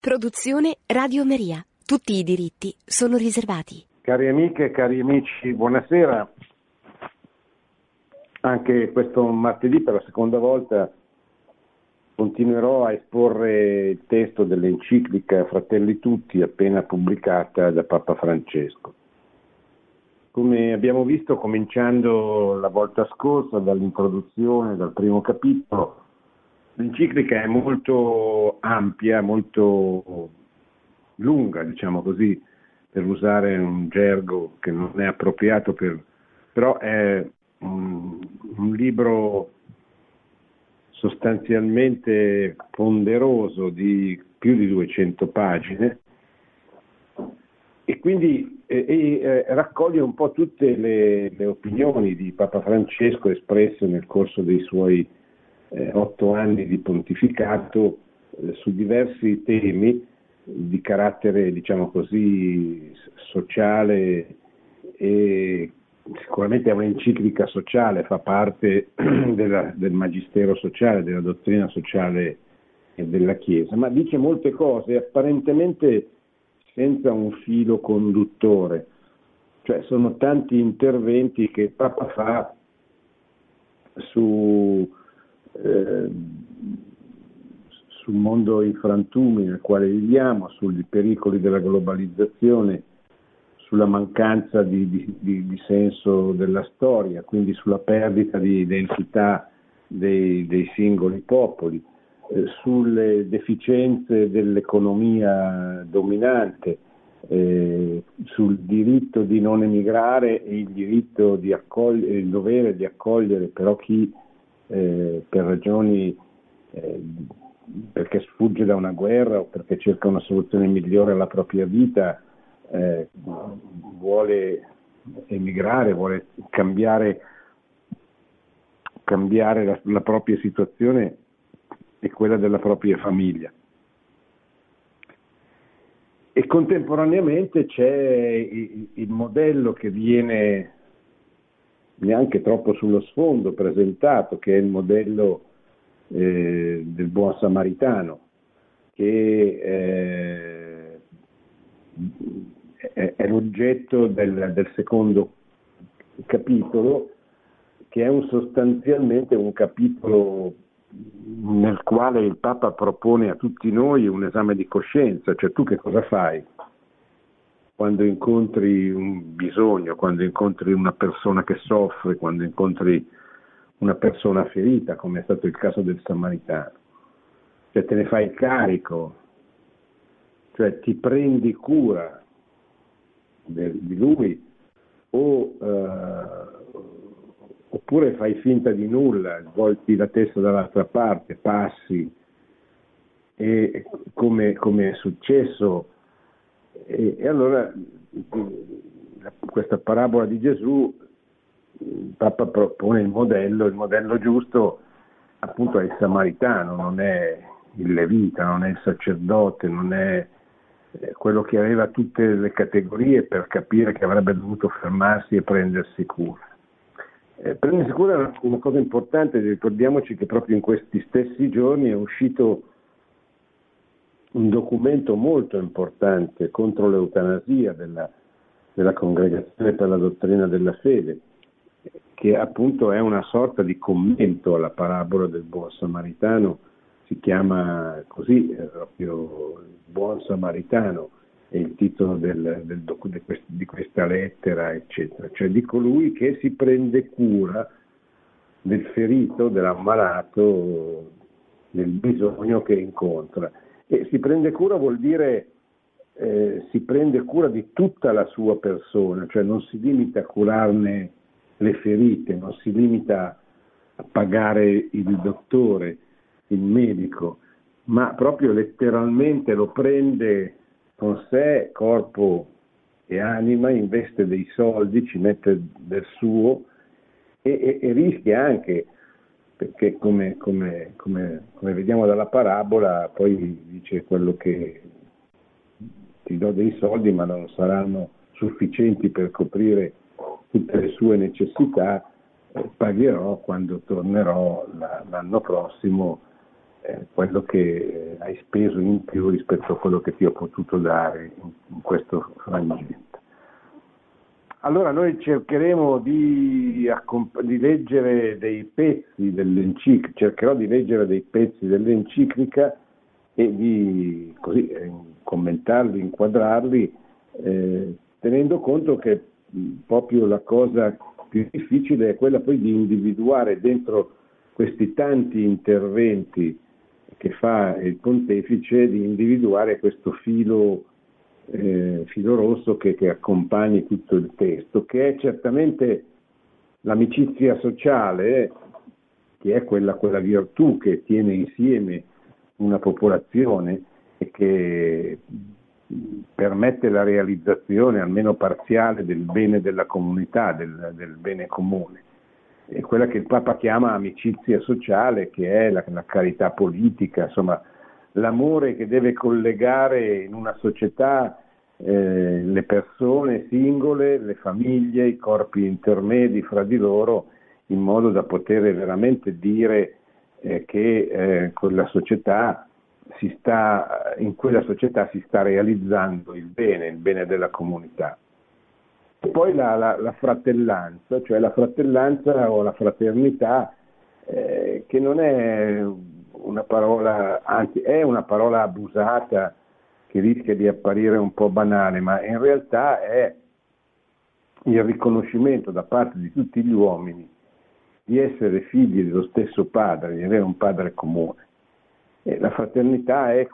Produzione Radio Maria. Tutti i diritti sono riservati. Cari amiche e cari amici, buonasera. Anche questo martedì, per la seconda volta, continuerò a esporre il testo dell'enciclica Fratelli Tutti, appena pubblicata da Papa Francesco. Come abbiamo visto, cominciando la volta scorsa dall'introduzione, dal primo capitolo, l'enciclica è molto ampia, molto lunga, diciamo così, per usare un gergo che non è appropriato, però è un libro sostanzialmente ponderoso di più di 200 pagine e quindi raccoglie un po' tutte le opinioni di Papa Francesco espresse nel corso dei suoi 8 anni di pontificato su diversi temi di carattere, diciamo così, sociale, e sicuramente è un'enciclica sociale, fa parte del magistero sociale, della dottrina sociale della Chiesa, ma dice molte cose apparentemente senza un filo conduttore, cioè sono tanti interventi che il Papa fa sul mondo in frantumi nel quale viviamo, sui pericoli della globalizzazione, sulla mancanza di senso della storia, quindi sulla perdita di identità dei singoli popoli, sulle deficienze dell'economia dominante, sul diritto di non emigrare e il diritto di accogliere, il dovere di accogliere però chi per ragioni perché sfugge da una guerra o perché cerca una soluzione migliore alla propria vita, vuole emigrare, vuole cambiare la propria situazione e quella della propria famiglia. E contemporaneamente c'è il modello che viene neanche troppo sullo sfondo presentato, che è il modello del buon samaritano, che è l'oggetto del secondo capitolo, che è sostanzialmente un capitolo nel quale il Papa propone a tutti noi un esame di coscienza, cioè tu che cosa fai quando incontri un bisogno, quando incontri una persona che soffre, quando incontri una persona ferita, come è stato il caso del samaritano. Cioè te ne fai carico, cioè ti prendi cura di lui oppure fai finta di nulla, volti la testa dall'altra parte, passi, e come è successo. E allora questa parabola di Gesù, il Papa propone il modello giusto appunto è il samaritano, non è il levita, non è il sacerdote, non è quello che aveva tutte le categorie per capire che avrebbe dovuto fermarsi e prendersi cura. Prendersi cura è una cosa importante, ricordiamoci che proprio in questi stessi giorni è uscito un documento molto importante contro l'eutanasia della Congregazione per la Dottrina della Fede, che appunto è una sorta di commento alla parabola del buon samaritano, si chiama così proprio il buon samaritano, è il titolo di questa lettera, eccetera, cioè di colui che si prende cura del ferito, dell'ammalato, del bisogno che incontra. E si prende cura vuol dire si prende cura di tutta la sua persona, cioè non si limita a curarne le ferite, non si limita a pagare il dottore, il medico, ma proprio letteralmente lo prende con sé, corpo e anima, investe dei soldi, ci mette del suo e rischia anche, perché come vediamo dalla parabola, poi dice quello che ti do dei soldi ma non saranno sufficienti per coprire tutte le sue necessità, pagherò quando tornerò l'anno prossimo quello che hai speso in più rispetto a quello che ti ho potuto dare in questo frangente. Allora noi cercheremo di leggere dei pezzi dell'enciclica, cercherò di leggere dei pezzi dell'enciclica e di così commentarli, inquadrarli, tenendo conto che proprio la cosa più difficile è quella poi di individuare dentro questi tanti interventi che fa il pontefice, di individuare questo filo rosso che accompagni tutto il testo, che è certamente l'amicizia sociale, che è quella virtù che tiene insieme una popolazione e che permette la realizzazione almeno parziale del bene della comunità, del bene comune. È quella che il Papa chiama amicizia sociale, che è la carità politica, insomma l'amore che deve collegare in una società le persone singole, le famiglie, i corpi intermedi fra di loro, in modo da poter veramente dire che quella società in quella società si sta realizzando il bene della comunità. E poi la fratellanza, cioè la fratellanza o la fraternità, che non è una parola, anzi è una parola abusata che rischia di apparire un po' banale, ma in realtà è il riconoscimento da parte di tutti gli uomini di essere figli dello stesso padre, di avere un padre comune. E la fraternità è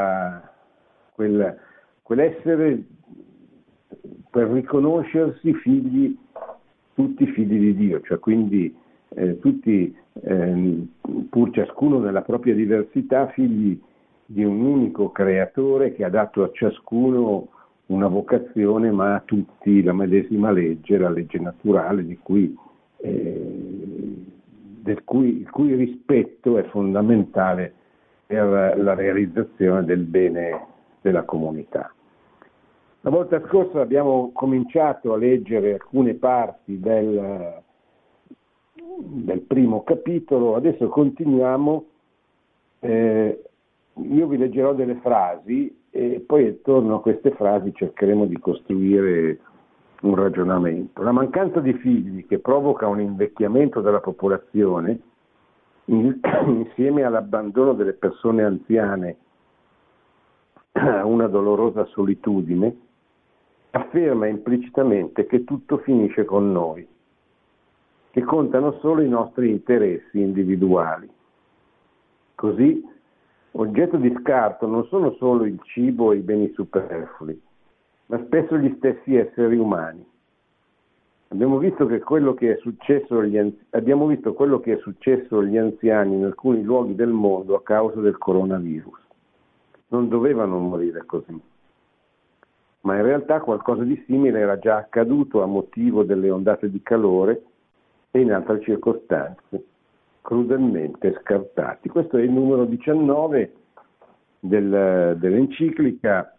quell'essere per riconoscersi tutti figli di Dio, cioè quindi tutti, pur ciascuno nella propria diversità, figli di un unico creatore che ha dato a ciascuno una vocazione, ma a tutti la medesima legge, la legge naturale il cui rispetto è fondamentale per la realizzazione del bene della comunità. La volta scorsa abbiamo cominciato a leggere alcune parti del primo capitolo, adesso continuiamo. Io vi leggerò delle frasi e poi attorno a queste frasi cercheremo di costruire un ragionamento. La mancanza di figli, che provoca un invecchiamento della popolazione, insieme all'abbandono delle persone anziane a una dolorosa solitudine, afferma implicitamente che tutto finisce con noi, che contano solo i nostri interessi individuali. Così, oggetto di scarto non sono solo il cibo e i beni superflui, ma spesso gli stessi esseri umani. Abbiamo visto quello che è successo agli anziani in alcuni luoghi del mondo a causa del coronavirus. Non dovevano morire così, ma in realtà qualcosa di simile era già accaduto a motivo delle ondate di calore e in altre circostanze, crudelmente scartati. Questo è il numero 19 dell'enciclica.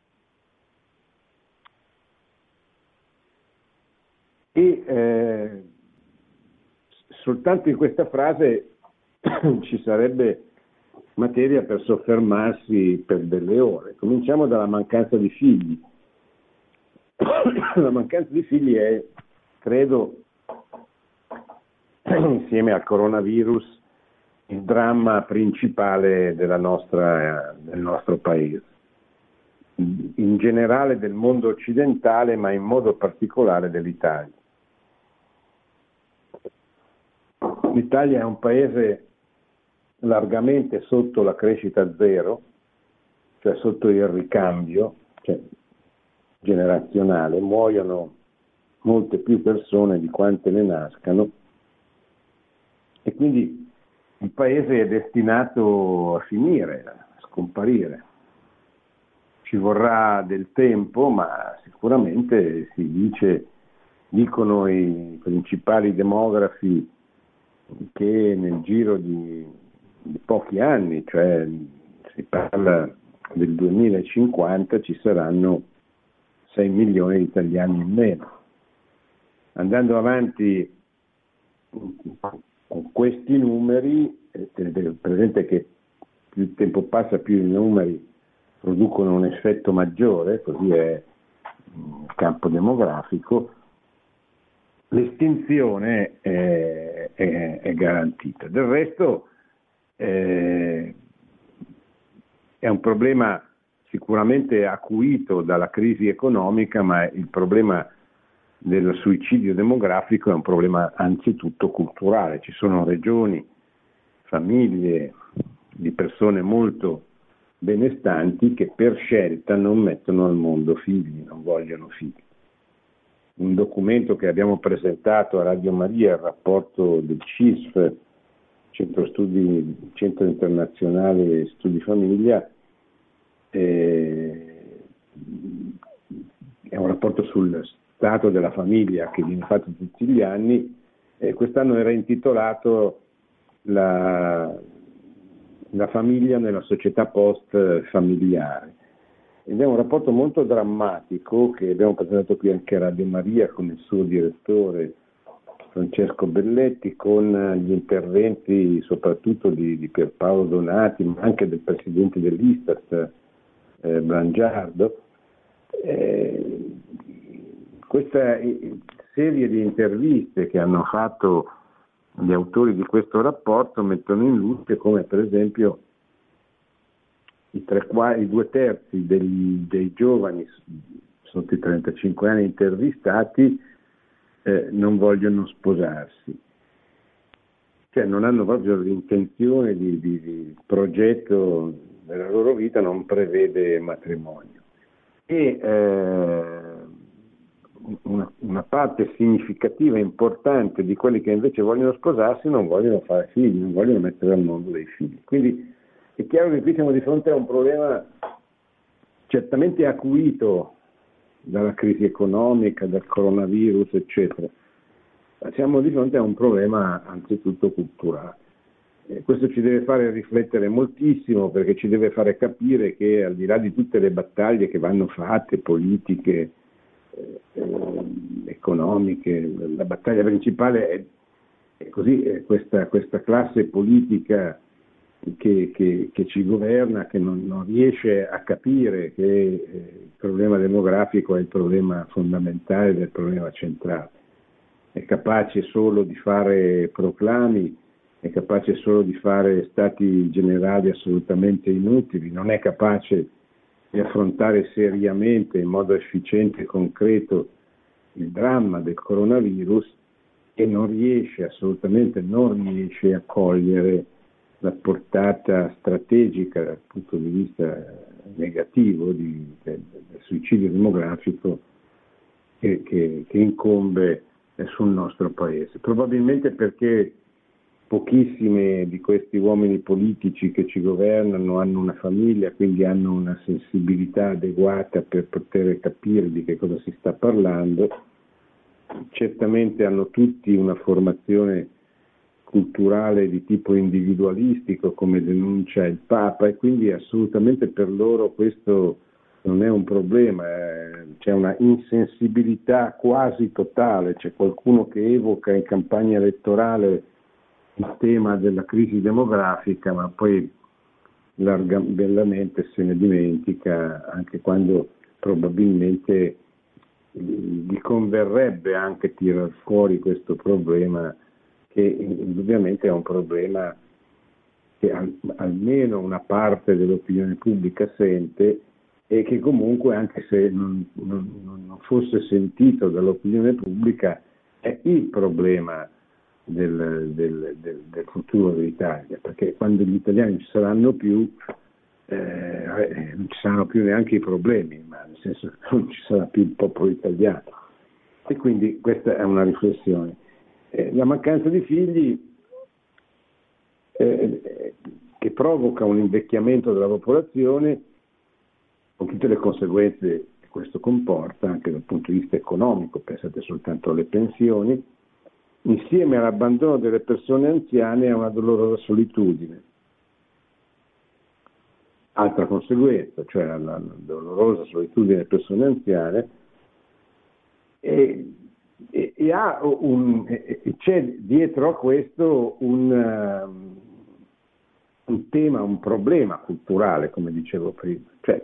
E soltanto in questa frase ci sarebbe materia per soffermarsi per delle ore. Cominciamo dalla mancanza di figli. La mancanza di figli è, credo, insieme al coronavirus, il dramma principale del nostro paese, in generale del mondo occidentale, ma in modo particolare dell'Italia. L'Italia è un paese largamente sotto la crescita zero, cioè sotto il ricambio, cioè generazionale, muoiono molte più persone di quante ne nascano e quindi il paese è destinato a finire, a scomparire. Ci vorrà del tempo, ma sicuramente dicono i principali demografi che nel giro di pochi anni, cioè si parla del 2050, ci saranno 6 milioni di italiani in meno. Andando avanti con questi numeri, tenete presente che più il tempo passa più i numeri producono un effetto maggiore, così è il campo demografico, l'estinzione è garantita. Del resto è un problema sicuramente acuito dalla crisi economica, ma il problema del suicidio demografico è un problema anzitutto culturale. Ci sono regioni, famiglie di persone molto benestanti che per scelta non mettono al mondo figli, non vogliono figli. Un documento che abbiamo presentato a Radio Maria, il rapporto del CISF, Centro Internazionale Studi Famiglia, è un rapporto sul stato della famiglia che viene fatto tutti gli anni, e quest'anno era intitolato la famiglia nella società post-familiare, ed è un rapporto molto drammatico che abbiamo presentato qui anche a Radio Maria con il suo direttore Francesco Belletti, con gli interventi soprattutto di Pierpaolo Donati, ma anche del presidente dell'Istat Brangiardo. Questa serie di interviste che hanno fatto gli autori di questo rapporto mettono in luce come, per esempio, i 2/3 dei giovani sotto i 35 anni intervistati non vogliono sposarsi, cioè non hanno proprio l'intenzione di progetto della loro vita, non prevede matrimonio. E una parte significativa e importante di quelli che invece vogliono sposarsi non vogliono fare figli, non vogliono mettere al mondo dei figli. Quindi è chiaro che qui siamo di fronte a un problema certamente acuito dalla crisi economica, dal coronavirus, eccetera, ma siamo di fronte a un problema anzitutto culturale. Questo ci deve fare riflettere moltissimo, perché ci deve fare capire che, al di là di tutte le battaglie che vanno fatte, politiche, economiche, la battaglia principale è così, questa classe politica che ci governa, che non riesce a capire che il problema demografico è il problema fondamentale, del problema centrale. È capace solo di fare proclami, è capace solo di fare stati generali assolutamente inutili, non è capace di affrontare seriamente, in modo efficiente e concreto, il dramma del coronavirus, e assolutamente non riesce a cogliere la portata strategica dal punto di vista negativo del suicidio demografico che incombe sul nostro Paese. Probabilmente perché pochissimi di questi uomini politici che ci governano hanno una famiglia, quindi hanno una sensibilità adeguata per poter capire di che cosa si sta parlando. Certamente hanno tutti una formazione culturale di tipo individualistico, come denuncia il Papa, e quindi assolutamente per loro questo non è un problema, c'è una insensibilità quasi totale. C'è qualcuno che evoca in campagna elettorale il tema della crisi demografica, ma poi bellamente se ne dimentica, anche quando probabilmente gli converrebbe anche tirar fuori questo problema, che indubbiamente è un problema che almeno una parte dell'opinione pubblica sente, e che comunque, anche se non fosse sentito dall'opinione pubblica, è il problema del futuro dell'Italia, perché quando gli italiani non ci saranno più, non ci saranno più neanche i problemi, ma nel senso che non ci sarà più il popolo italiano. E quindi questa è una riflessione. La mancanza di figli che provoca un invecchiamento della popolazione, con tutte le conseguenze che questo comporta anche dal punto di vista economico. Pensate soltanto alle pensioni, insieme all'abbandono delle persone anziane e a una dolorosa solitudine. Altra conseguenza, cioè la dolorosa solitudine delle persone anziane, e c'è dietro a questo un tema, un problema culturale, come dicevo prima. Cioè,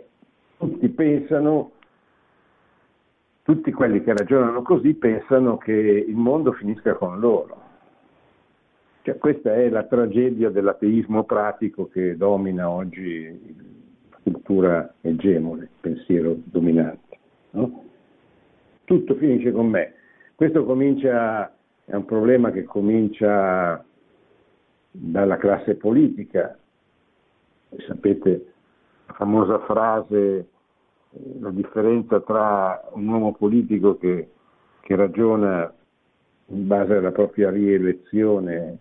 tutti quelli che ragionano così pensano che il mondo finisca con loro. Cioè, questa è la tragedia dell'ateismo pratico che domina oggi la cultura egemone, il pensiero dominante. No? Tutto finisce con me. Questo è un problema che comincia dalla classe politica. Sapete la famosa frase, la differenza tra un uomo politico che ragiona in base alla propria rielezione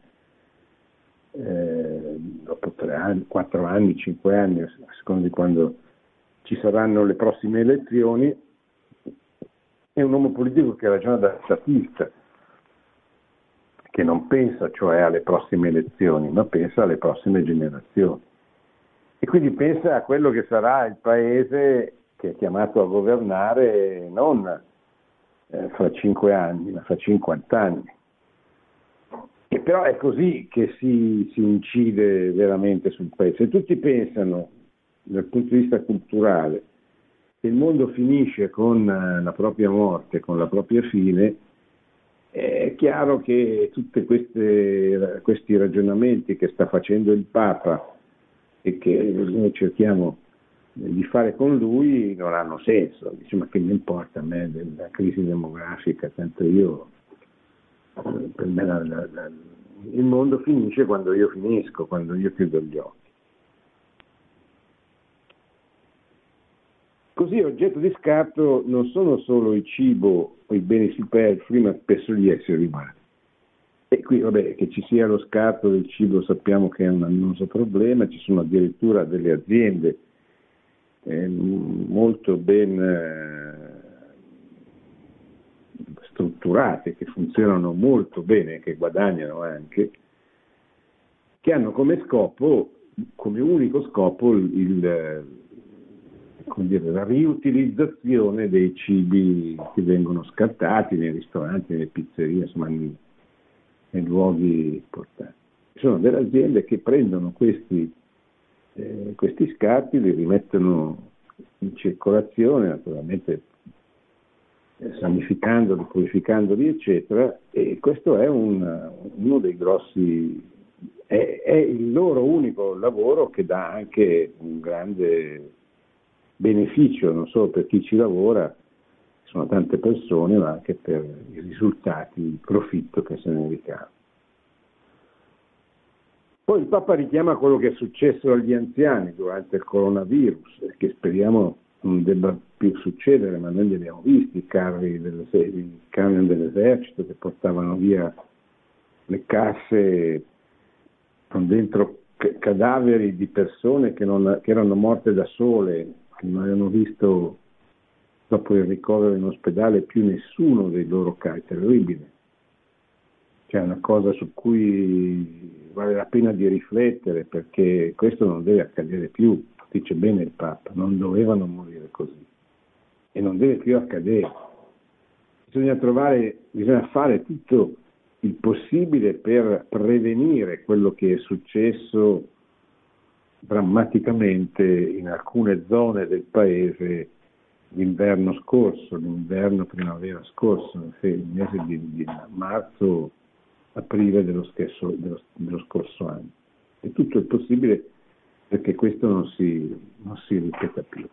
dopo 3 anni, 4 anni, 5 anni, a seconda di quando ci saranno le prossime elezioni, e un uomo politico che ragiona da statista, che non pensa cioè alle prossime elezioni, ma pensa alle prossime generazioni. E quindi pensa a quello che sarà il paese che è chiamato a governare non fra 5 anni, ma fra 50 anni. E però è così che si incide veramente sul paese. Se tutti pensano, dal punto di vista culturale, che il mondo finisce con la propria morte, con la propria fine, è chiaro che tutti questi ragionamenti che sta facendo il Papa e che noi cerchiamo di fare con lui non hanno senso. Dice, ma che mi importa a me della crisi demografica, tanto per me il mondo finisce quando io finisco, quando io chiudo gli occhi. Così oggetto di scarto non sono solo il cibo o i beni superflui, ma spesso gli esseri umani. E qui, vabbè, che ci sia lo scarto del cibo sappiamo che è un annoso problema, ci sono addirittura delle aziende molto ben strutturate, che funzionano molto bene, che guadagnano anche, che hanno come unico scopo la riutilizzazione dei cibi che vengono scartati nei ristoranti, nelle pizzerie, insomma nei luoghi importanti. Ci sono delle aziende che prendono questi scarti, li rimettono in circolazione, naturalmente sanificandoli, purificandoli, eccetera, e questo è uno dei grossi, è il loro unico lavoro che dà anche un grande beneficio, non solo per chi ci lavora, sono tante persone, ma anche per i risultati, il profitto che se ne ricava. Poi il Papa richiama quello che è successo agli anziani durante il coronavirus, che speriamo non debba più succedere, ma noi li abbiamo visti, i camion dell'esercito che portavano via le casse con dentro cadaveri di persone che erano morte da sole, che non avevano visto dopo il ricovero in ospedale più nessuno dei loro cari. Terribile. C'è una cosa su cui vale la pena di riflettere, perché questo non deve accadere più. Dice bene il Papa, non dovevano morire così e non deve più accadere. Bisogna fare tutto il possibile per prevenire quello che è successo drammaticamente in alcune zone del paese l'inverno primavera scorso, il mese di marzo, aprile dello scorso anno. E tutto il possibile perché questo non si ripeta più.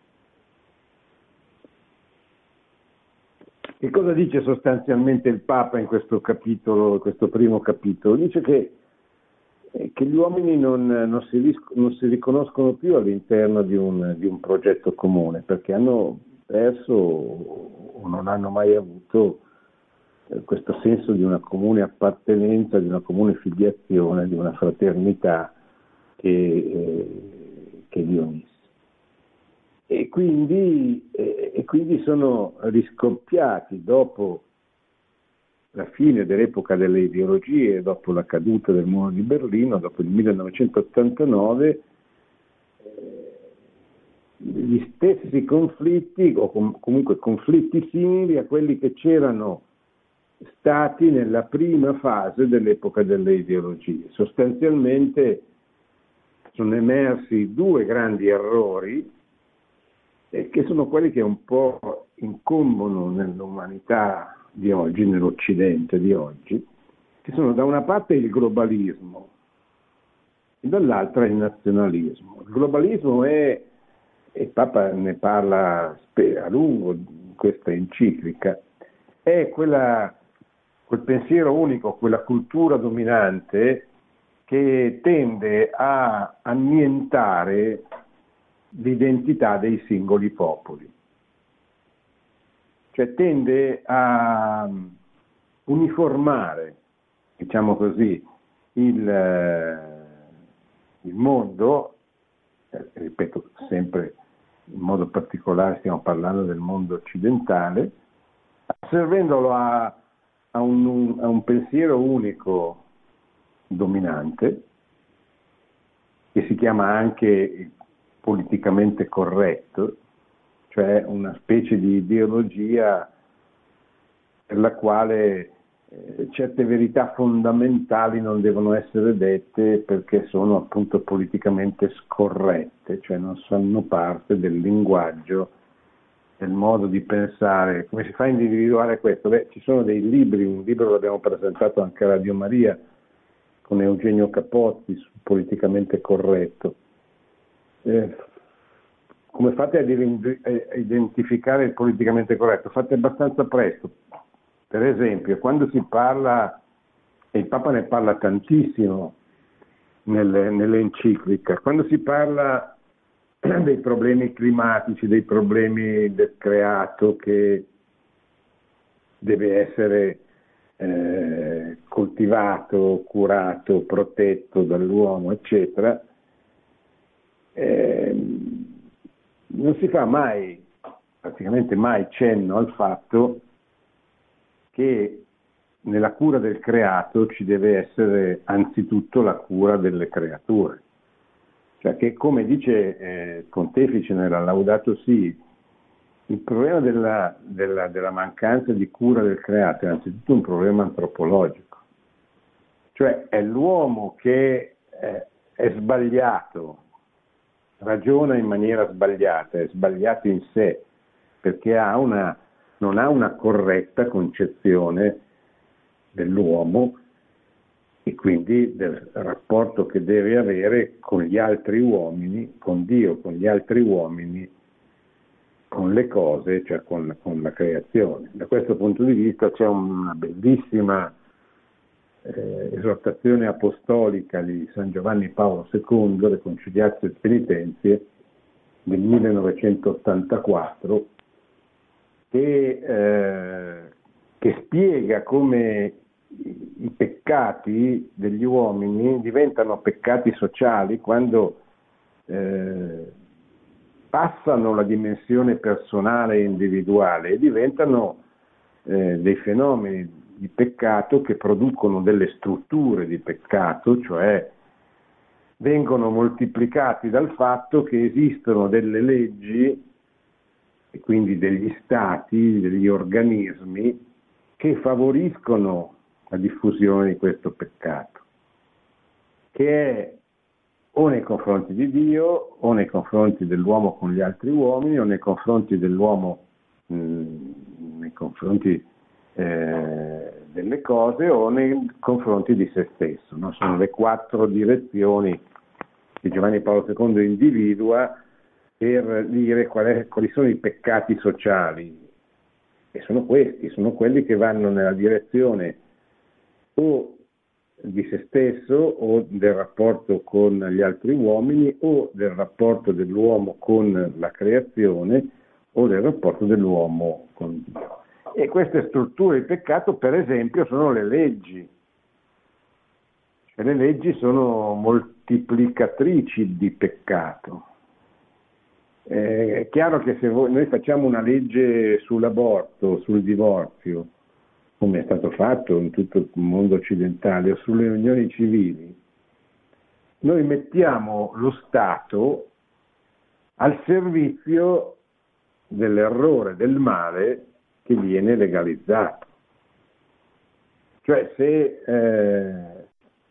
Che cosa dice sostanzialmente il Papa in questo capitolo, questo primo capitolo? Dice che gli uomini non si riconoscono più all'interno di un progetto comune, perché hanno perso o non hanno mai avuto questo senso di una comune appartenenza, di una comune filiazione, di una fraternità che li unisse. E quindi sono riscoppiati dopo la fine dell'epoca delle ideologie, dopo la caduta del muro di Berlino, dopo il 1989, gli stessi conflitti, o comunque conflitti simili a quelli che c'erano stati nella prima fase dell'epoca delle ideologie. Sostanzialmente sono emersi due grandi errori, che sono quelli che un po' incombono nell'umanità di oggi, nell'Occidente di oggi, che sono da una parte il globalismo e dall'altra il nazionalismo. Il globalismo è, e il Papa ne parla a lungo in questa enciclica, è quel pensiero unico, quella cultura dominante che tende a annientare l'identità dei singoli popoli, cioè tende a uniformare, diciamo così, il mondo, ripeto sempre in modo particolare stiamo parlando del mondo occidentale, servendolo a un pensiero unico dominante, che si chiama anche politicamente corretto, cioè una specie di ideologia per la quale certe verità fondamentali non devono essere dette perché sono appunto politicamente scorrette, cioè non fanno parte del linguaggio, del modo di pensare. Come si fa a individuare questo? Beh, ci sono dei libri, un libro l'abbiamo presentato anche a Radio Maria con Eugenio Capozzi su politicamente corretto. Come fate a identificare il politicamente corretto? Fate abbastanza presto. Per esempio, quando si parla, e il Papa ne parla tantissimo nell'enciclica, quando si parla dei problemi climatici, dei problemi del creato che deve essere coltivato, curato, protetto dall'uomo, eccetera, non si fa mai, praticamente mai cenno al fatto che nella cura del creato ci deve essere anzitutto la cura delle creature. Cioè che, come dice Pontefice nella Laudato Si, il problema della mancanza di cura del creato è anzitutto un problema antropologico. Cioè è l'uomo che è sbagliato, ragiona in maniera sbagliata, è sbagliato in sé, perché non ha una corretta concezione dell'uomo e quindi del rapporto che deve avere con gli altri uomini, con Dio, con gli altri uomini, con le cose, cioè con la creazione. Da questo punto di vista c'è una bellissima esortazione apostolica di San Giovanni Paolo II, le Conciliatio et Penitentie, del 1984, che spiega come i peccati degli uomini diventano peccati sociali quando passano la dimensione personale e individuale e diventano dei fenomeni di peccato che producono delle strutture di peccato, cioè vengono moltiplicati dal fatto che esistono delle leggi e quindi degli stati, degli organismi che favoriscono la diffusione di questo peccato, che è o nei confronti di Dio, o nei confronti dell'uomo con gli altri uomini, o nei confronti dell'uomo nei confronti delle cose, o nei confronti di se stesso. No? Sono le 4 direzioni che Giovanni Paolo II individua per dire quali sono i peccati sociali. E sono questi, sono quelli che vanno nella direzione o di se stesso o del rapporto con gli altri uomini o del rapporto dell'uomo con la creazione o del rapporto dell'uomo con Dio. E queste strutture di peccato, per esempio, sono le leggi. Cioè, le leggi sono moltiplicatrici di peccato. È chiaro che se noi facciamo una legge sull'aborto, sul divorzio, come è stato fatto in tutto il mondo occidentale, o sulle unioni civili, noi mettiamo lo Stato al servizio dell'errore, del male che viene legalizzato. Cioè se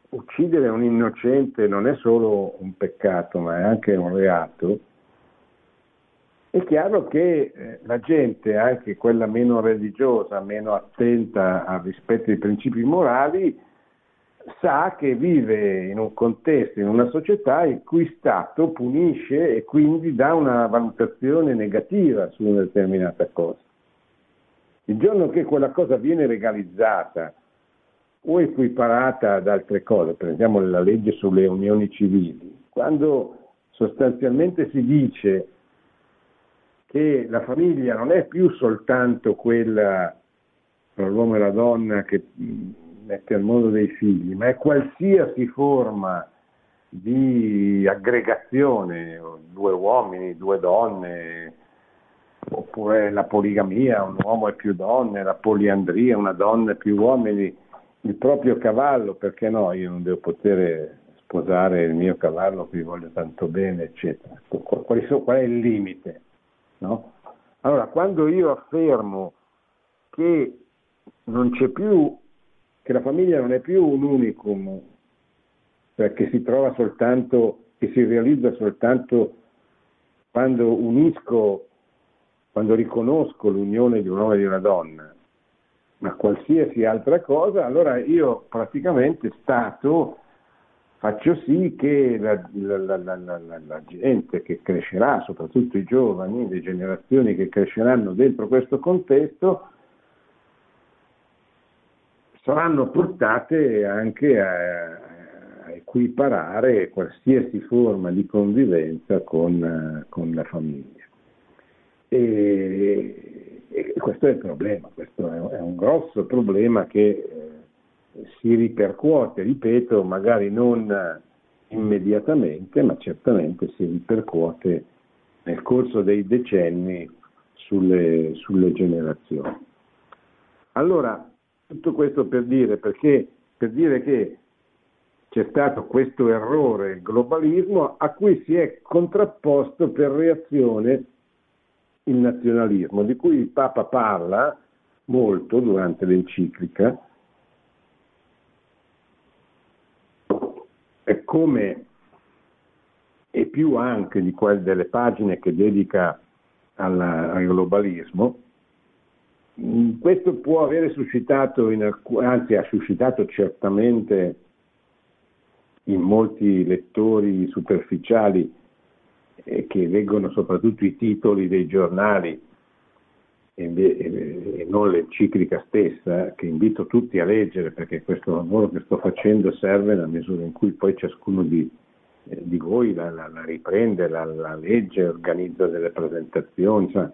uccidere un innocente non è solo un peccato, ma è anche un reato. È chiaro che la gente, anche quella meno religiosa, meno attenta al rispetto dei principi morali, sa che vive in un contesto, in una società il cui Stato punisce e quindi dà una valutazione negativa su una determinata cosa. Il giorno che quella cosa viene legalizzata o equiparata ad altre cose, prendiamo la legge sulle unioni civili, quando sostanzialmente si dice che la famiglia non è più soltanto quella tra l'uomo e la donna che mette al mondo dei figli, ma è qualsiasi forma di aggregazione, 2 uomini, 2 donne, oppure la poligamia, un uomo e più donne, la poliandria, una donna e più uomini, il proprio cavallo, perché no, io non devo poter sposare il mio cavallo che vi voglio tanto bene, eccetera. Qual è il limite? No? Allora, quando io affermo che non c'è più, che la famiglia non è più un unicum, cioè che si trova soltanto, che si realizza soltanto quando unisco, quando riconosco l'unione di un uomo e di una donna, ma qualsiasi altra cosa, allora io praticamente Stato faccio sì che la gente che crescerà, soprattutto i giovani, le generazioni che cresceranno dentro questo contesto, saranno portate anche a equiparare qualsiasi forma di convivenza con la famiglia. E questo è il problema, questo è un grosso problema che si ripercuote, ripeto, magari non immediatamente, ma certamente si ripercuote nel corso dei decenni sulle generazioni. Allora, tutto questo per dire che c'è stato questo errore, il globalismo, a cui si è contrapposto per reazione il nazionalismo, di cui il Papa parla molto durante l'enciclica, e più anche di quelle delle pagine che dedica al globalismo. Questo può avere suscitato, anzi ha suscitato certamente in molti lettori superficiali che leggono soprattutto i titoli dei giornali e non l'enciclica stessa, che invito tutti a leggere, perché questo lavoro che sto facendo serve nella misura in cui poi ciascuno di voi la riprende, la legge, organizza delle presentazioni, insomma,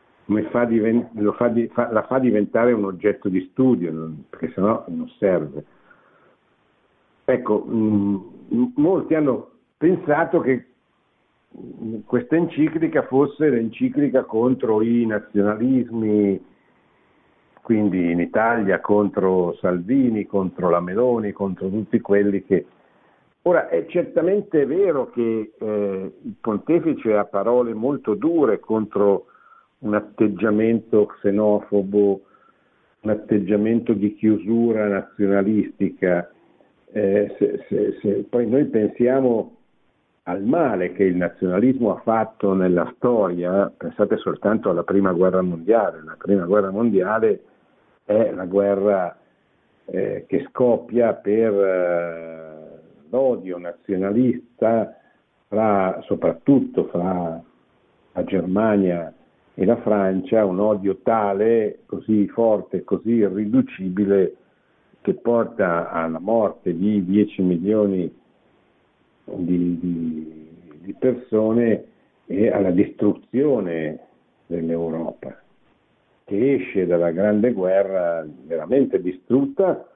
la fa diventare un oggetto di studio, perché sennò non serve. Ecco, molti hanno pensato che questa enciclica fosse l'enciclica contro i nazionalismi, quindi in Italia contro Salvini, contro la Meloni, contro tutti quelli che... Ora, è certamente vero che il pontefice ha parole molto dure contro un atteggiamento xenofobo, un atteggiamento di chiusura nazionalistica. Se poi noi pensiamo al male che il nazionalismo ha fatto nella storia, pensate soltanto alla Prima Guerra Mondiale. La Prima Guerra Mondiale è la guerra che scoppia per l'odio nazionalista soprattutto fra la Germania e la Francia, un odio tale, così forte, così irriducibile, che porta alla morte di 10 milioni di persone e alla distruzione dell'Europa, che esce dalla Grande Guerra veramente distrutta,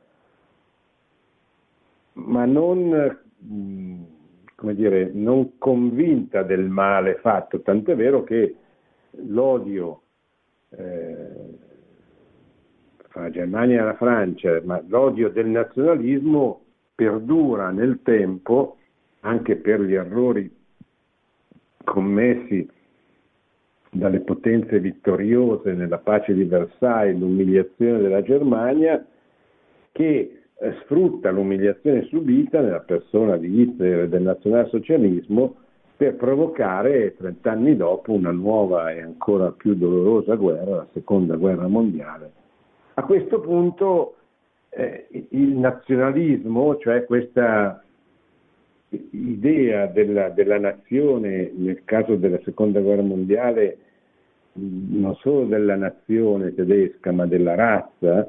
ma non, come dire, non convinta del male fatto, tant'è vero che l'odio fra la Germania e la Francia, ma l'odio del nazionalismo perdura nel tempo anche per gli errori commessi dalle potenze vittoriose nella pace di Versailles, l'umiliazione della Germania, che sfrutta l'umiliazione subita nella persona di Hitler e del nazionalsocialismo per provocare 30 anni dopo una nuova e ancora più dolorosa guerra, la seconda guerra mondiale. A questo punto il nazionalismo, cioè questa idea della nazione, nel caso della seconda guerra mondiale, non solo della nazione tedesca ma della razza,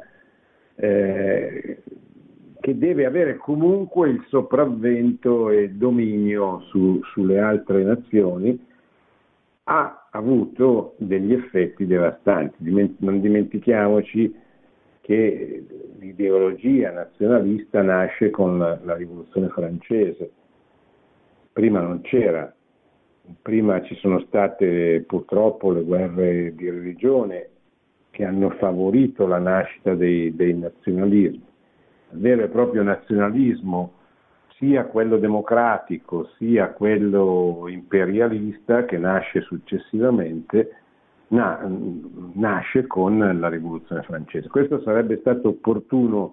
che deve avere comunque il sopravvento e il dominio sulle altre nazioni, ha avuto degli effetti devastanti. Non dimentichiamoci che l'ideologia nazionalista nasce con la rivoluzione francese. Prima non c'era, prima ci sono state purtroppo le guerre di religione che hanno favorito la nascita dei nazionalismi. Il vero e proprio nazionalismo, sia quello democratico sia quello imperialista che nasce successivamente, nasce con la rivoluzione francese. Questo sarebbe stato opportuno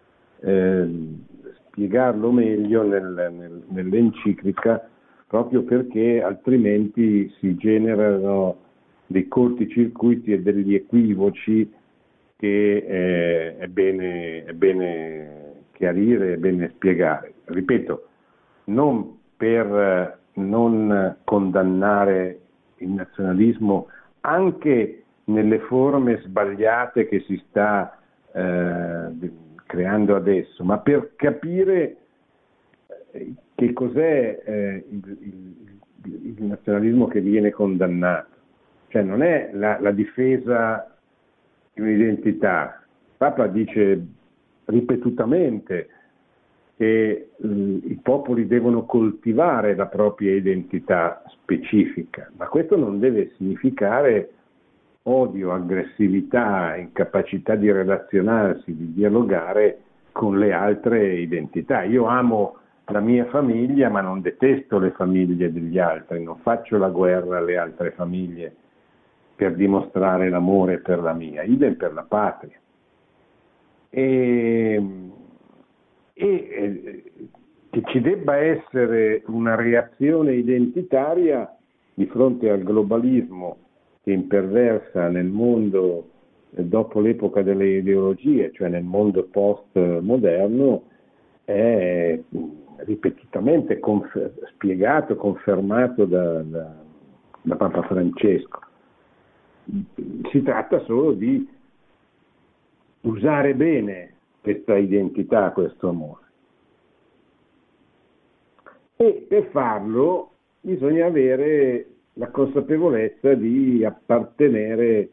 spiegarlo meglio nell'enciclica, proprio perché altrimenti si generano dei corticircuiti e degli equivoci che è bene chiarire, è bene spiegare. Ripeto, non per non condannare il nazionalismo anche nelle forme sbagliate che si sta creando adesso, ma per capire che cos'è il nazionalismo che viene condannato. Cioè non è la difesa di un'identità. Il Papa dice ripetutamente che i popoli devono coltivare la propria identità specifica, ma questo non deve significare odio, aggressività, incapacità di relazionarsi, di dialogare con le altre identità. Io amo la mia famiglia, ma non detesto le famiglie degli altri, non faccio la guerra alle altre famiglie per dimostrare l'amore per la mia, idem per la patria. E che ci debba essere una reazione identitaria di fronte al globalismo che imperversa nel mondo dopo l'epoca delle ideologie, cioè nel mondo post-moderno, è ripetutamente spiegato, confermato da Papa Francesco. Si tratta solo di usare bene questa identità, questo amore. E per farlo bisogna avere la consapevolezza di appartenere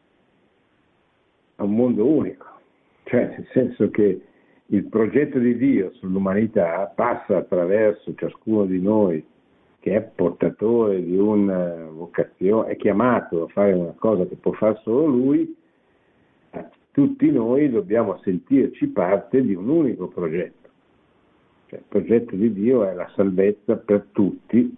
a un mondo unico, cioè nel senso che il progetto di Dio sull'umanità passa attraverso ciascuno di noi che è portatore di una vocazione, è chiamato a fare una cosa che può fare solo Lui. Tutti noi dobbiamo sentirci parte di un unico progetto. Cioè, il progetto di Dio è la salvezza per tutti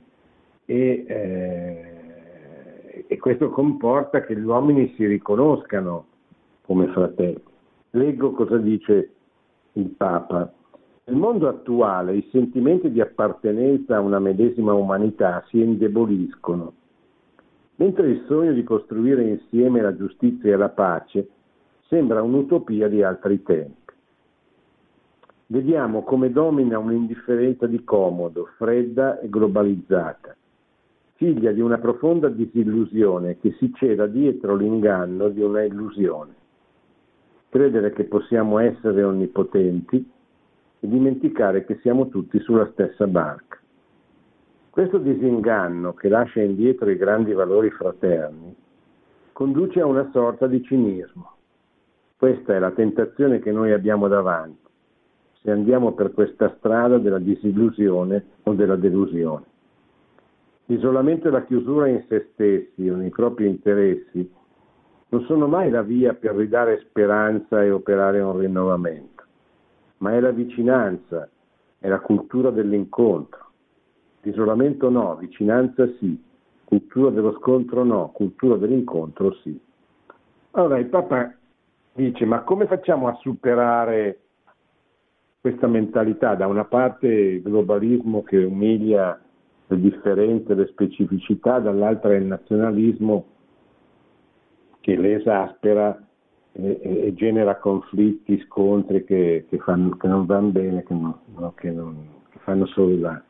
e questo comporta che gli uomini si riconoscano come fratelli. Leggo cosa dice il Papa. Nel mondo attuale i sentimenti di appartenenza a una medesima umanità si indeboliscono, mentre il sogno di costruire insieme la giustizia e la pace sembra un'utopia di altri tempi. Vediamo come domina un'indifferenza di comodo, fredda e globalizzata, figlia di una profonda disillusione che si cela dietro l'inganno di una illusione. Credere che possiamo essere onnipotenti e dimenticare che siamo tutti sulla stessa barca. Questo disinganno, che lascia indietro i grandi valori fraterni, conduce a una sorta di cinismo. Questa è la tentazione che noi abbiamo davanti, se andiamo per questa strada della disillusione o della delusione. L'isolamento e la chiusura in se stessi o nei propri interessi non sono mai la via per ridare speranza e operare un rinnovamento, ma è la vicinanza, è la cultura dell'incontro. L'isolamento no, vicinanza sì, cultura dello scontro no, cultura dell'incontro sì. Allora il Papa dice, ma come facciamo a superare questa mentalità, da una parte il globalismo che umilia le differenze, le specificità, dall'altra il nazionalismo che le esaspera e genera conflitti, scontri che non vanno bene, che fanno solo danno.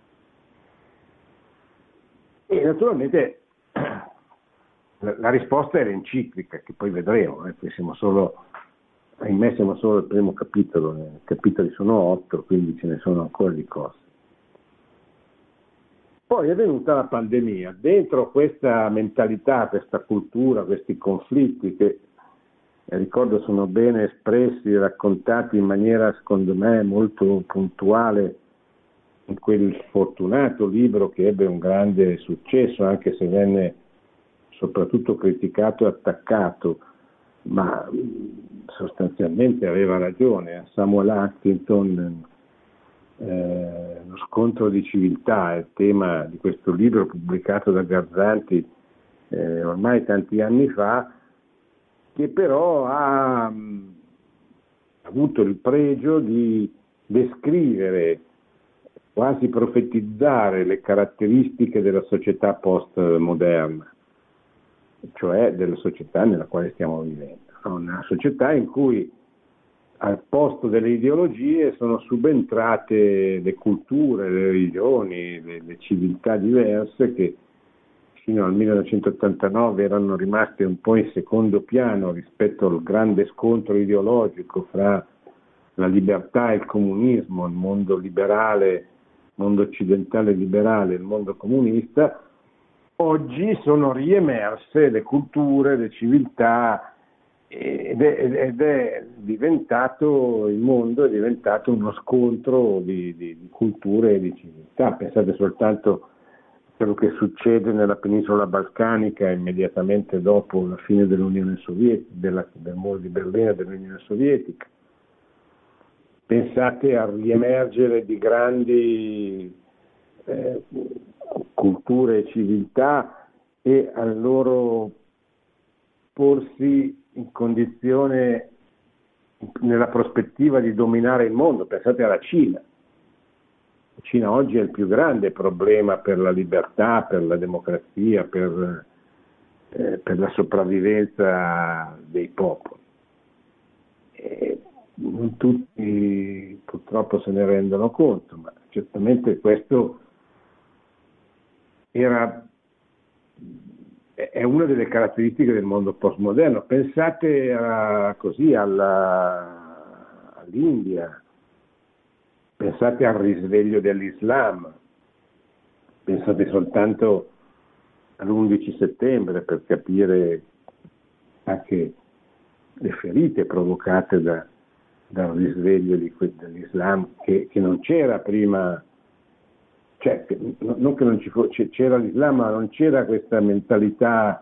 E naturalmente la risposta è l'enciclica, che poi vedremo, poi siamo solo al primo capitolo, i capitoli sono 8, quindi ce ne sono ancora di cose. Poi è venuta la pandemia, dentro questa mentalità, questa cultura, questi conflitti che ricordo sono bene espressi e raccontati in maniera secondo me molto puntuale in quel fortunato libro che ebbe un grande successo, anche se venne soprattutto criticato e attaccato, ma sostanzialmente aveva ragione. Samuel Huntington, lo scontro di civiltà è il tema di questo libro pubblicato da Garzanti ormai tanti anni fa, che però ha avuto il pregio di descrivere, quasi profetizzare le caratteristiche della società postmoderna, cioè della società nella quale stiamo vivendo. Una società in cui al posto delle ideologie sono subentrate le culture, le religioni, le civiltà diverse che fino al 1989 erano rimaste un po' in secondo piano rispetto al grande scontro ideologico fra la libertà e il comunismo, il mondo liberale, il mondo occidentale liberale e il mondo comunista. Oggi sono riemerse le culture, le civiltà, ed è diventato, il mondo è diventato uno scontro di culture e di civiltà. Pensate soltanto a quello che succede nella penisola balcanica immediatamente dopo la fine dell'Unione Sovietica, del muro di Berlino e dell'Unione Sovietica. Pensate al riemergere di grandi culture e civiltà e al loro porsi in condizione, nella prospettiva di dominare il mondo. Pensate alla Cina. La Cina oggi è il più grande problema per la libertà, per la democrazia, per la sopravvivenza dei popoli. E non tutti purtroppo se ne rendono conto, ma certamente questo è una delle caratteristiche del mondo postmoderno. Pensate all'India, pensate al risveglio dell'Islam, pensate soltanto all'11 settembre per capire anche le ferite provocate dal risveglio dell'Islam che non c'era prima. Cioè, non che non ci fosse, c'era l'Islam, ma non c'era questa mentalità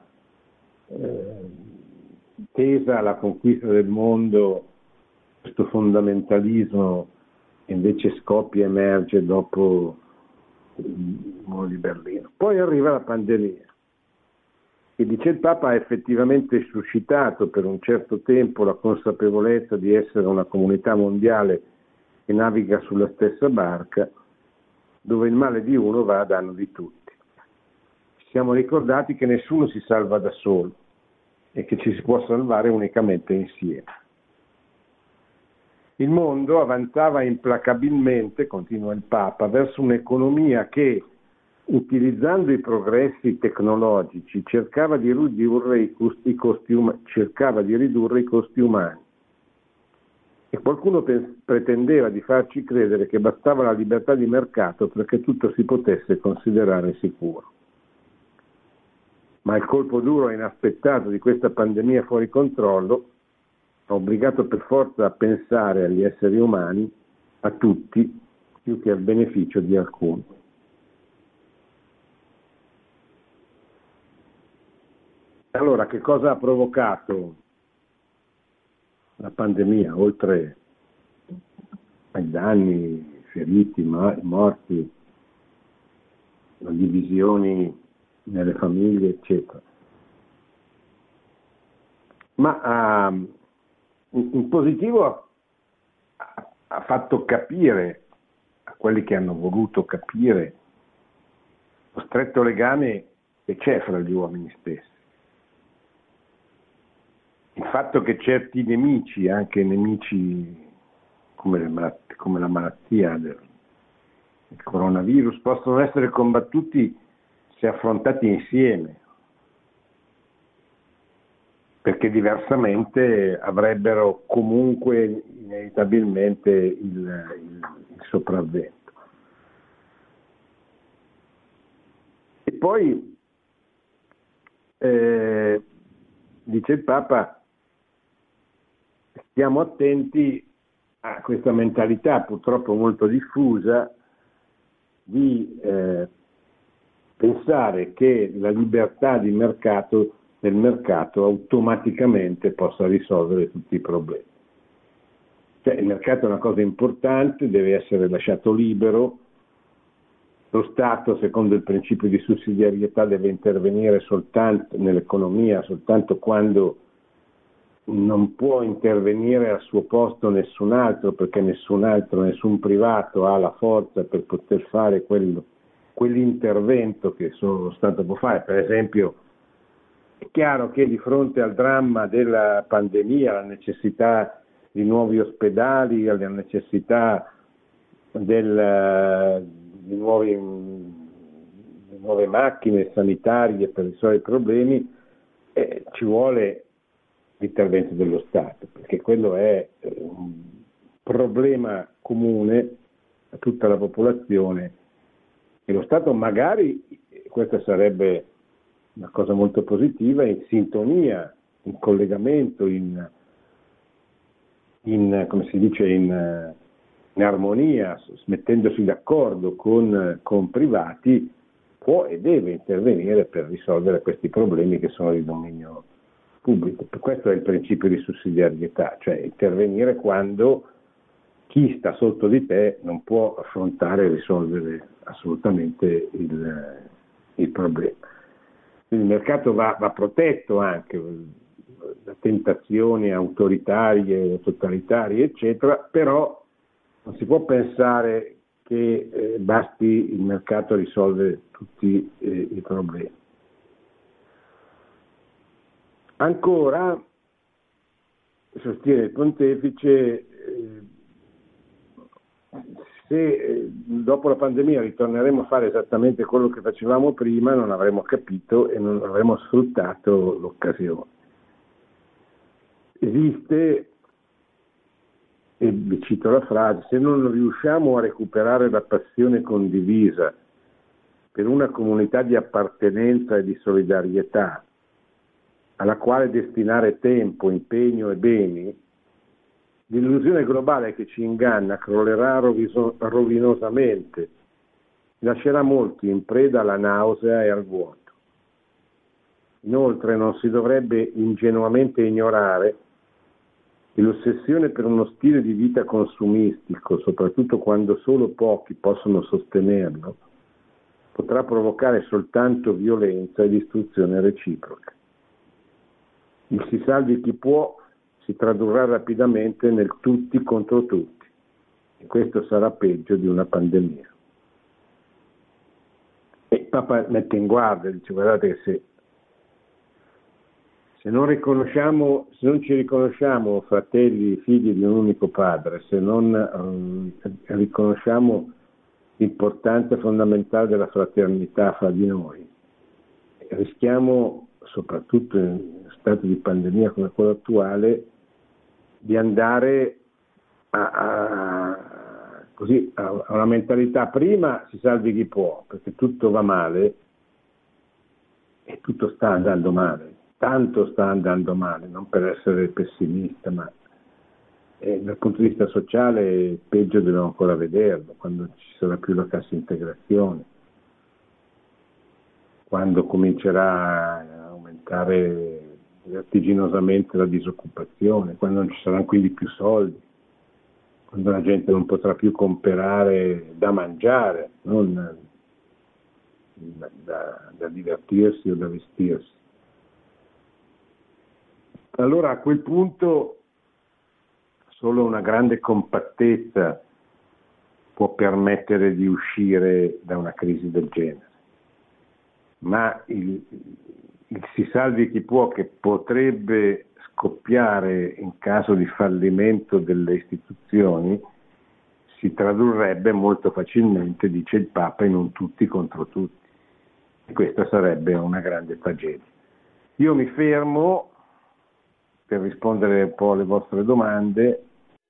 tesa alla conquista del mondo, questo fondamentalismo che invece scoppia e emerge dopo il muro di Berlino. Poi arriva la pandemia, che dice il Papa ha effettivamente suscitato per un certo tempo la consapevolezza di essere una comunità mondiale che naviga sulla stessa barca, dove il male di uno va a danno di tutti. Ci siamo ricordati che nessuno si salva da solo e che ci si può salvare unicamente insieme. Il mondo avanzava implacabilmente, continua il Papa, verso un'economia che, utilizzando i progressi tecnologici, cercava di ridurre i costi umani. E qualcuno pretendeva di farci credere che bastava la libertà di mercato perché tutto si potesse considerare sicuro. Ma il colpo duro e inaspettato di questa pandemia fuori controllo ha obbligato per forza a pensare agli esseri umani, a tutti, più che al beneficio di alcuni. Allora, che cosa ha provocato la pandemia, oltre ai danni, feriti, morti, le divisioni nelle famiglie, eccetera? Ma in positivo ha fatto capire a quelli che hanno voluto capire lo stretto legame che c'è fra gli uomini stessi. Il fatto che certi nemici, anche nemici come la malattia del coronavirus, possono essere combattuti se affrontati insieme, perché diversamente avrebbero comunque inevitabilmente il sopravvento. E poi dice il Papa, stiamo attenti a questa mentalità purtroppo molto diffusa di pensare che la libertà del mercato automaticamente possa risolvere tutti i problemi. Cioè, il mercato è una cosa importante, deve essere lasciato libero, lo Stato, secondo il principio di sussidiarietà, deve intervenire soltanto nell'economia, soltanto quando non può intervenire al suo posto nessun altro, perché nessun privato ha la forza per poter fare quell'intervento che solo lo Stato può fare. Per esempio, è chiaro che di fronte al dramma della pandemia, alla necessità di nuovi ospedali, alla necessità di nuove macchine sanitarie per risolvere i problemi, ci vuole l'intervento dello Stato, perché quello è un problema comune a tutta la popolazione e lo Stato magari, questa sarebbe una cosa molto positiva, in sintonia, in collegamento, come si dice, in armonia, mettendosi d'accordo con privati, può e deve intervenire per risolvere questi problemi che sono di dominio pubblico. Questo è il principio di sussidiarietà, cioè intervenire quando chi sta sotto di te non può affrontare e risolvere assolutamente il problema. Quindi il mercato va protetto anche da tentazioni autoritarie, totalitarie, eccetera, però non si può pensare che basti il mercato a risolvere tutti i problemi. Ancora, sostiene il pontefice, se dopo la pandemia ritorneremo a fare esattamente quello che facevamo prima, non avremo capito e non avremo sfruttato l'occasione. Esiste, e vi cito la frase, se non riusciamo a recuperare la passione condivisa per una comunità di appartenenza e di solidarietà, alla quale destinare tempo, impegno e beni, l'illusione globale che ci inganna crollerà rovinosamente, lascerà molti in preda alla nausea e al vuoto. Inoltre non si dovrebbe ingenuamente ignorare che l'ossessione per uno stile di vita consumistico, soprattutto quando solo pochi possono sostenerlo, potrà provocare soltanto violenza e distruzione reciproca. Il si salvi chi può si tradurrà rapidamente nel tutti contro tutti, e questo sarà peggio di una pandemia. E il Papa mette in guardia, dice: guardate che se non ci riconosciamo fratelli, figli di un unico padre, se non riconosciamo l'importanza fondamentale della fraternità fra di noi, rischiamo, soprattutto in stato di pandemia come quello attuale, di andare a una mentalità: prima si salvi chi può, perché tutto va male e tutto sta andando male, tanto sta andando male, non per essere pessimista, ma dal punto di vista sociale peggio dobbiamo ancora vederlo, quando ci sarà più la cassa integrazione, quando comincerà a aumentare vertiginosamente la disoccupazione, quando non ci saranno quindi più soldi, quando la gente non potrà più comprare da mangiare, non da divertirsi o da vestirsi. Allora a quel punto solo una grande compattezza può permettere di uscire da una crisi del genere. Ma il si salvi chi può, che potrebbe scoppiare in caso di fallimento delle istituzioni, si tradurrebbe molto facilmente, dice il Papa, in un tutti contro tutti. E questa sarebbe una grande tragedia. Io mi fermo per rispondere un po' alle vostre domande.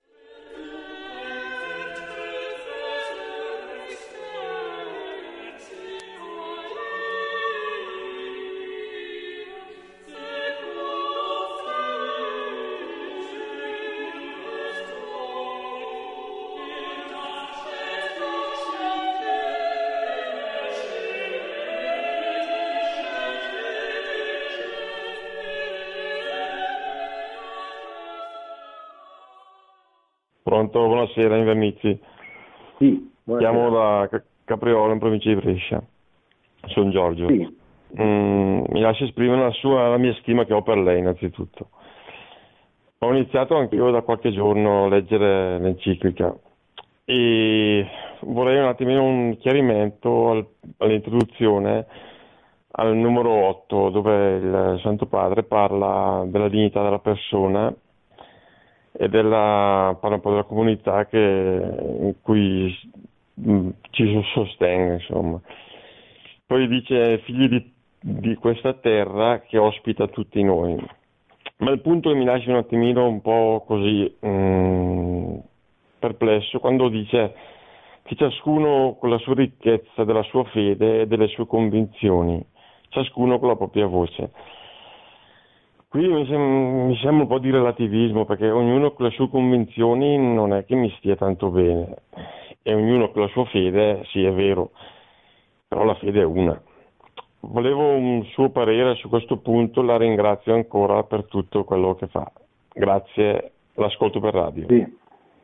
Pronto, buonasera Invernizi. Sì, buonasera. Chiamo da Capriolo in provincia di Brescia. Sono Giorgio. Sì. Mi lasci esprimere la mia stima che ho per lei innanzitutto. Ho iniziato anch'io da qualche giorno a leggere l'enciclica e vorrei un attimino un chiarimento all'introduzione al numero 8, dove il Santo Padre parla della dignità della persona e parla un po' della comunità in cui ci sostenga, insomma. Poi dice figli di questa terra che ospita tutti noi. Ma il punto che mi lascia un attimino un po' così perplesso quando dice che ciascuno con la sua ricchezza della sua fede e delle sue convinzioni, ciascuno con la propria voce. Qui mi sembra un po' di relativismo, perché ognuno con le sue convinzioni non è che mi stia tanto bene, e ognuno con la sua fede, sì è vero, però la fede è una. Volevo un suo parere su questo punto, la ringrazio ancora per tutto quello che fa. Grazie, l'ascolto per radio. Sì.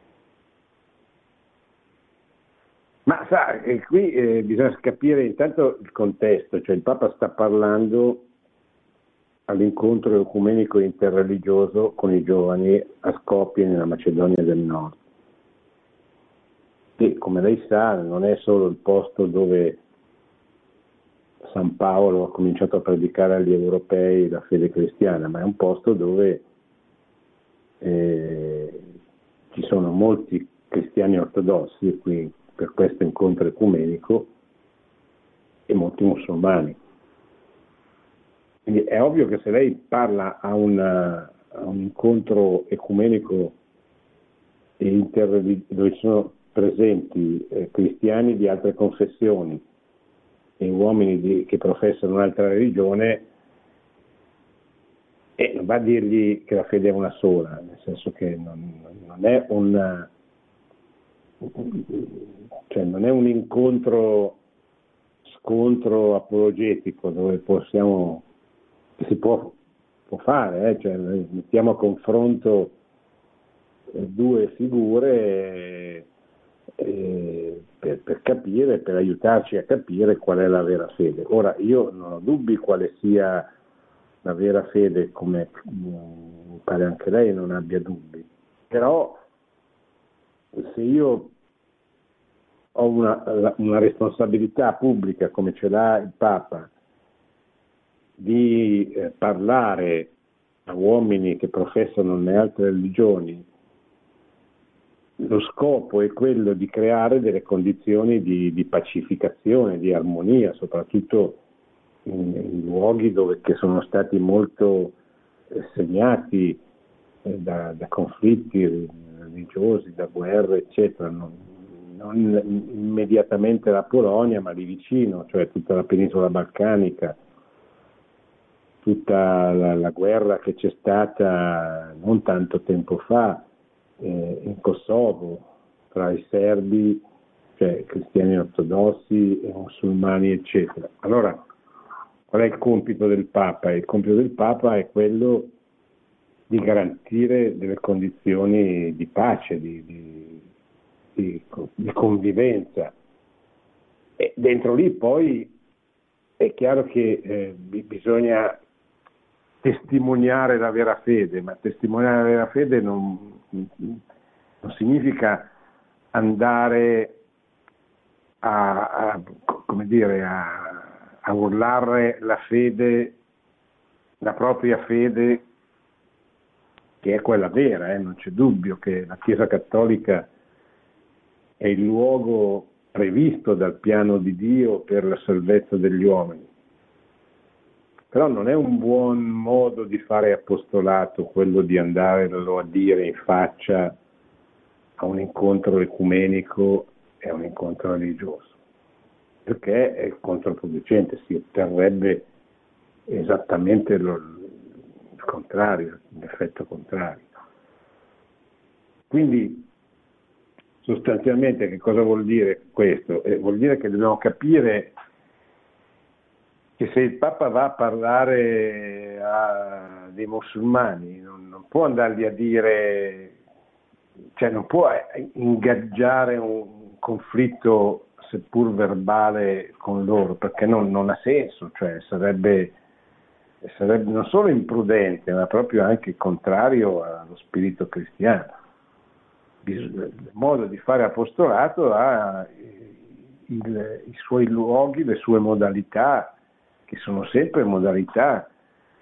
Ma sa, qui bisogna capire intanto il contesto, cioè il Papa sta parlando all'incontro ecumenico interreligioso con i giovani a Skopje nella Macedonia del Nord. E come lei sa non è solo il posto dove San Paolo ha cominciato a predicare agli europei la fede cristiana, ma è un posto dove ci sono molti cristiani ortodossi qui per questo incontro ecumenico e molti musulmani. Quindi è ovvio che se lei parla a un incontro ecumenico dove sono presenti cristiani di altre confessioni e uomini che professano un'altra religione, non va a dirgli che la fede è una sola, nel senso che non è non è un incontro scontro apologetico dove si può fare, cioè mettiamo a confronto due figure per capire, per aiutarci a capire qual è la vera fede. Ora io non ho dubbi quale sia la vera fede, come mi pare anche lei non abbia dubbi, però se io ho una responsabilità pubblica come ce l'ha il Papa di parlare a uomini che professano le altre religioni, lo scopo è quello di creare delle condizioni di pacificazione, di armonia, soprattutto in luoghi che sono stati molto segnati da conflitti religiosi, da guerre, eccetera. Non immediatamente la Polonia, ma lì vicino, cioè tutta la penisola balcanica, tutta la guerra che c'è stata non tanto tempo fa in Kosovo tra i serbi, cioè cristiani ortodossi e musulmani, eccetera. Allora, qual è il compito del Papa? Il compito del Papa è quello di garantire delle condizioni di pace, di convivenza. E dentro lì poi è chiaro che bisogna testimoniare la vera fede, ma testimoniare la vera fede non significa andare come dire, a urlare la fede, la propria fede, che è quella vera, non c'è dubbio che la Chiesa Cattolica è il luogo previsto dal piano di Dio per la salvezza degli uomini. Però non è un buon modo di fare apostolato quello di andarlo a dire in faccia a un incontro ecumenico e a un incontro religioso, perché è controproducente, si otterrebbe esattamente il contrario, l'effetto contrario. Quindi sostanzialmente che cosa vuol dire questo? Vuol dire che dobbiamo capire che se il Papa va a parlare dei musulmani non può andargli a dire, cioè non può ingaggiare un conflitto seppur verbale con loro, perché non ha senso, cioè sarebbe non solo imprudente, ma proprio anche contrario allo spirito cristiano. Il modo di fare apostolato ha i suoi luoghi, le sue modalità, che sono sempre modalità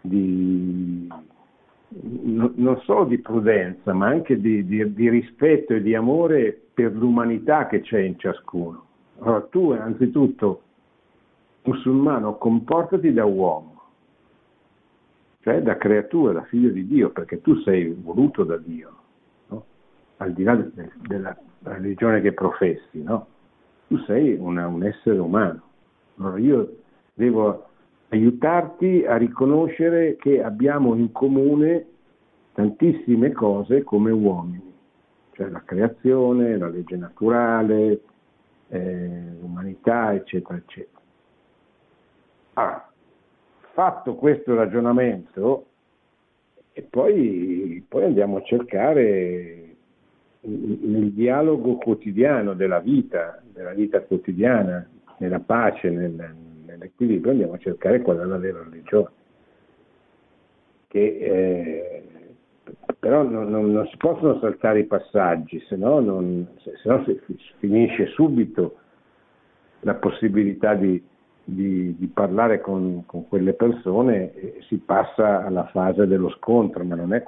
non solo di prudenza, ma anche di rispetto e di amore per l'umanità che c'è in ciascuno. Allora tu, anzitutto, musulmano, comportati da uomo, cioè da creatura, da figlio di Dio, perché tu sei voluto da Dio, no? Al di là della religione che professi, no? Tu sei un essere umano. Allora io devo aiutarti a riconoscere che abbiamo in comune tantissime cose come uomini, cioè la creazione, la legge naturale, l'umanità, eccetera, eccetera. Ah, fatto questo ragionamento, e poi andiamo a cercare nel dialogo quotidiano della vita quotidiana, nella pace, nell'equilibrio, andiamo a cercare qual è la vera religione. Però non si possono saltare i passaggi, se no si finisce subito la possibilità di parlare con quelle persone e si passa alla fase dello scontro, ma non è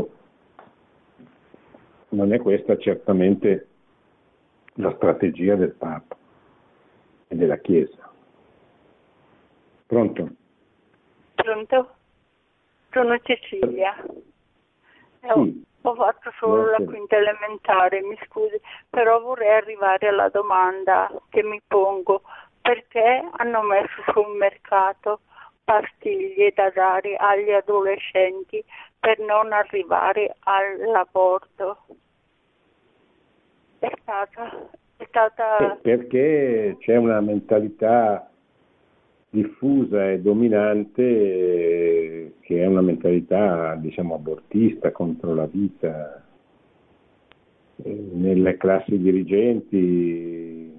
questa certamente la strategia del Papa e della Chiesa. Pronto? Pronto? Sono Cecilia. Sì. Ho fatto solo la quinta elementare, mi scusi, però vorrei arrivare alla domanda che mi pongo. Perché hanno messo sul mercato pastiglie da dare agli adolescenti per non arrivare all'aborto? È stata... Perché c'è una mentalità diffusa e dominante che è una mentalità, diciamo, abortista, contro la vita. Nelle classi dirigenti,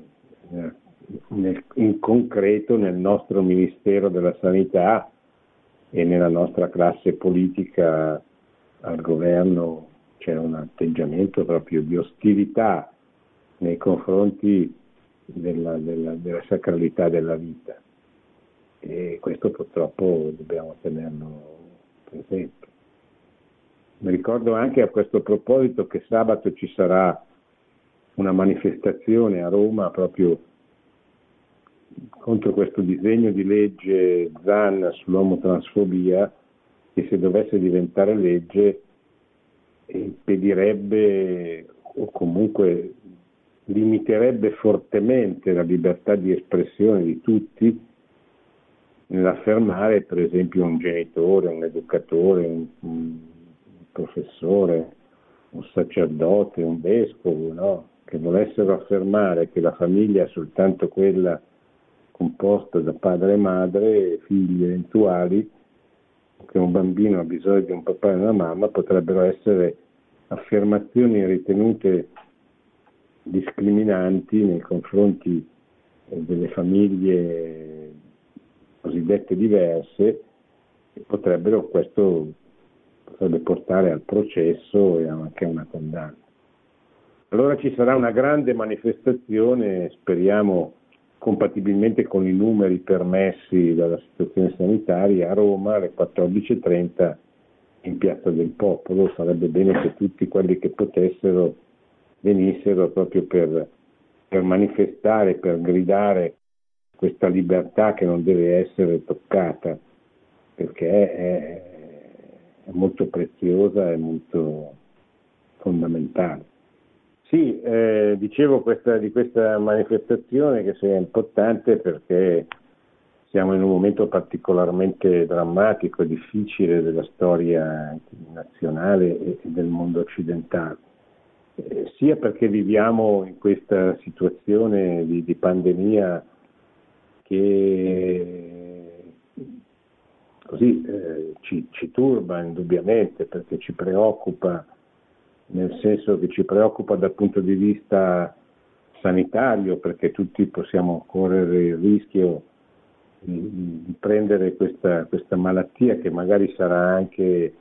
in concreto nel nostro Ministero della Sanità e nella nostra classe politica al governo c'è un atteggiamento proprio di ostilità nei confronti della sacralità della vita, e questo purtroppo dobbiamo tenerlo presente. Mi ricordo anche a questo proposito che sabato ci sarà una manifestazione a Roma proprio contro questo disegno di legge Zan sull'omotransfobia, che se dovesse diventare legge impedirebbe o comunque limiterebbe fortemente la libertà di espressione di tutti nell'affermare, per esempio, un genitore, un educatore, un professore, un sacerdote, un vescovo, no? Che volessero affermare che la famiglia è soltanto quella composta da padre e madre, figli eventuali, che un bambino ha bisogno di un papà e una mamma, potrebbero essere affermazioni ritenute discriminanti nei confronti delle famiglie cosiddette diverse, e questo potrebbe portare al processo e anche a una condanna. allora ci sarà una grande manifestazione, speriamo compatibilmente con i numeri permessi dalla situazione sanitaria, a Roma alle 14:30 in Piazza del Popolo. Sarebbe bene che tutti quelli che potessero venissero proprio per manifestare, per gridare questa libertà che non deve essere toccata, perché è molto preziosa e molto fondamentale. Sì, dicevo di questa manifestazione che sia importante perché siamo in un momento particolarmente drammatico e difficile della storia nazionale e del mondo occidentale, sia perché viviamo in questa situazione di pandemia che così ci turba indubbiamente, perché ci preoccupa, nel senso che ci preoccupa dal punto di vista sanitario, perché tutti possiamo correre il rischio di prendere questa malattia, che magari sarà anche,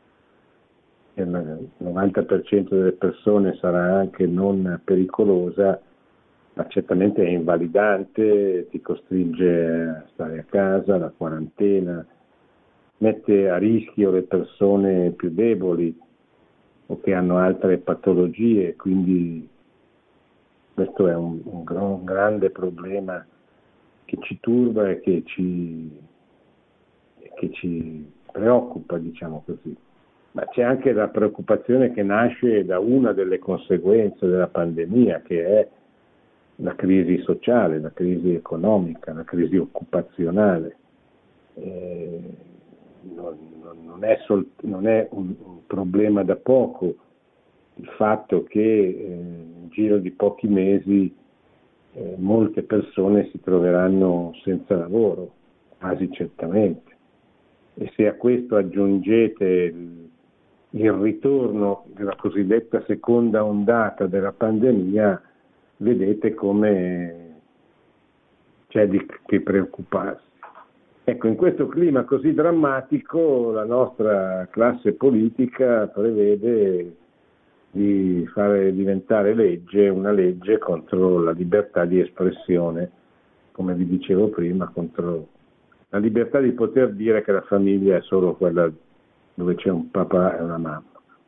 il 90% delle persone sarà anche non pericolosa, ma certamente è invalidante, ti costringe a stare a casa, la quarantena, mette a rischio le persone più deboli o che hanno altre patologie, quindi questo è un grande problema che ci turba e che ci preoccupa, diciamo così. Ma c'è anche la preoccupazione che nasce da una delle conseguenze della pandemia, che è la crisi sociale, la crisi economica, la crisi occupazionale. Non è un problema da poco il fatto che in giro di pochi mesi molte persone si troveranno senza lavoro, quasi certamente. E se a questo aggiungete il ritorno della cosiddetta seconda ondata della pandemia, vedete come c'è di che preoccuparsi. Ecco, in questo clima così drammatico la nostra classe politica prevede di fare diventare legge una legge contro la libertà di espressione, come vi dicevo prima, contro la libertà di poter dire che la famiglia è solo quella dove c'è un papà e una mamma.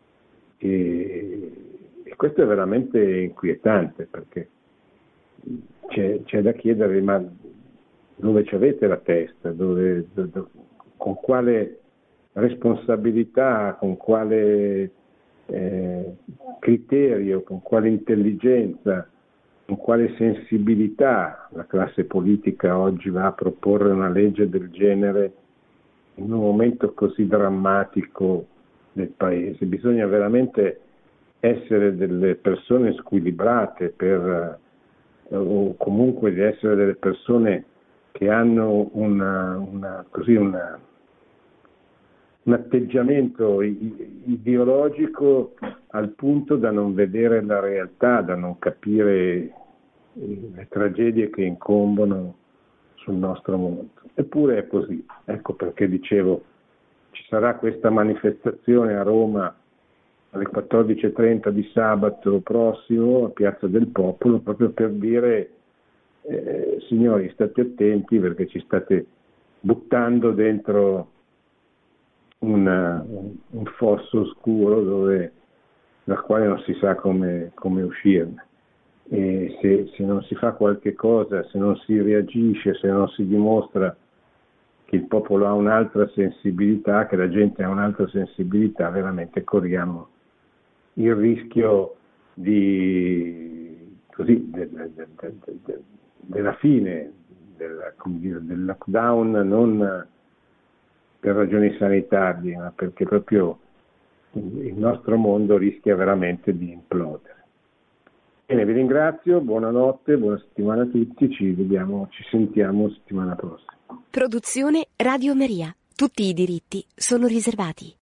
E questo è veramente inquietante, perché c'è da chiedere, ma dove ci avete la testa? Con quale responsabilità, con quale criterio, con quale intelligenza, con quale sensibilità la classe politica oggi va a proporre una legge del genere in un momento così drammatico del Paese? Bisogna veramente essere delle persone squilibrate o comunque di essere delle persone che hanno un atteggiamento ideologico al punto da non vedere la realtà, da non capire le tragedie che incombono sul nostro mondo. Eppure è così. Ecco perché dicevo, ci sarà questa manifestazione a Roma alle 14:30 di sabato prossimo a Piazza del Popolo, proprio per dire signori, state attenti perché ci state buttando dentro un fosso scuro dal quale non si sa come uscirne. E se non si fa qualche cosa, se non si reagisce, se non si dimostra che il popolo ha un'altra sensibilità, che la gente ha un'altra sensibilità, veramente corriamo il rischio della fine del lockdown, non per ragioni sanitarie, ma perché proprio il nostro mondo rischia veramente di implodere. Bene, vi ringrazio, buonanotte, buona settimana a tutti, ci sentiamo settimana prossima. Produzione Radio Maria. Tutti i diritti sono riservati.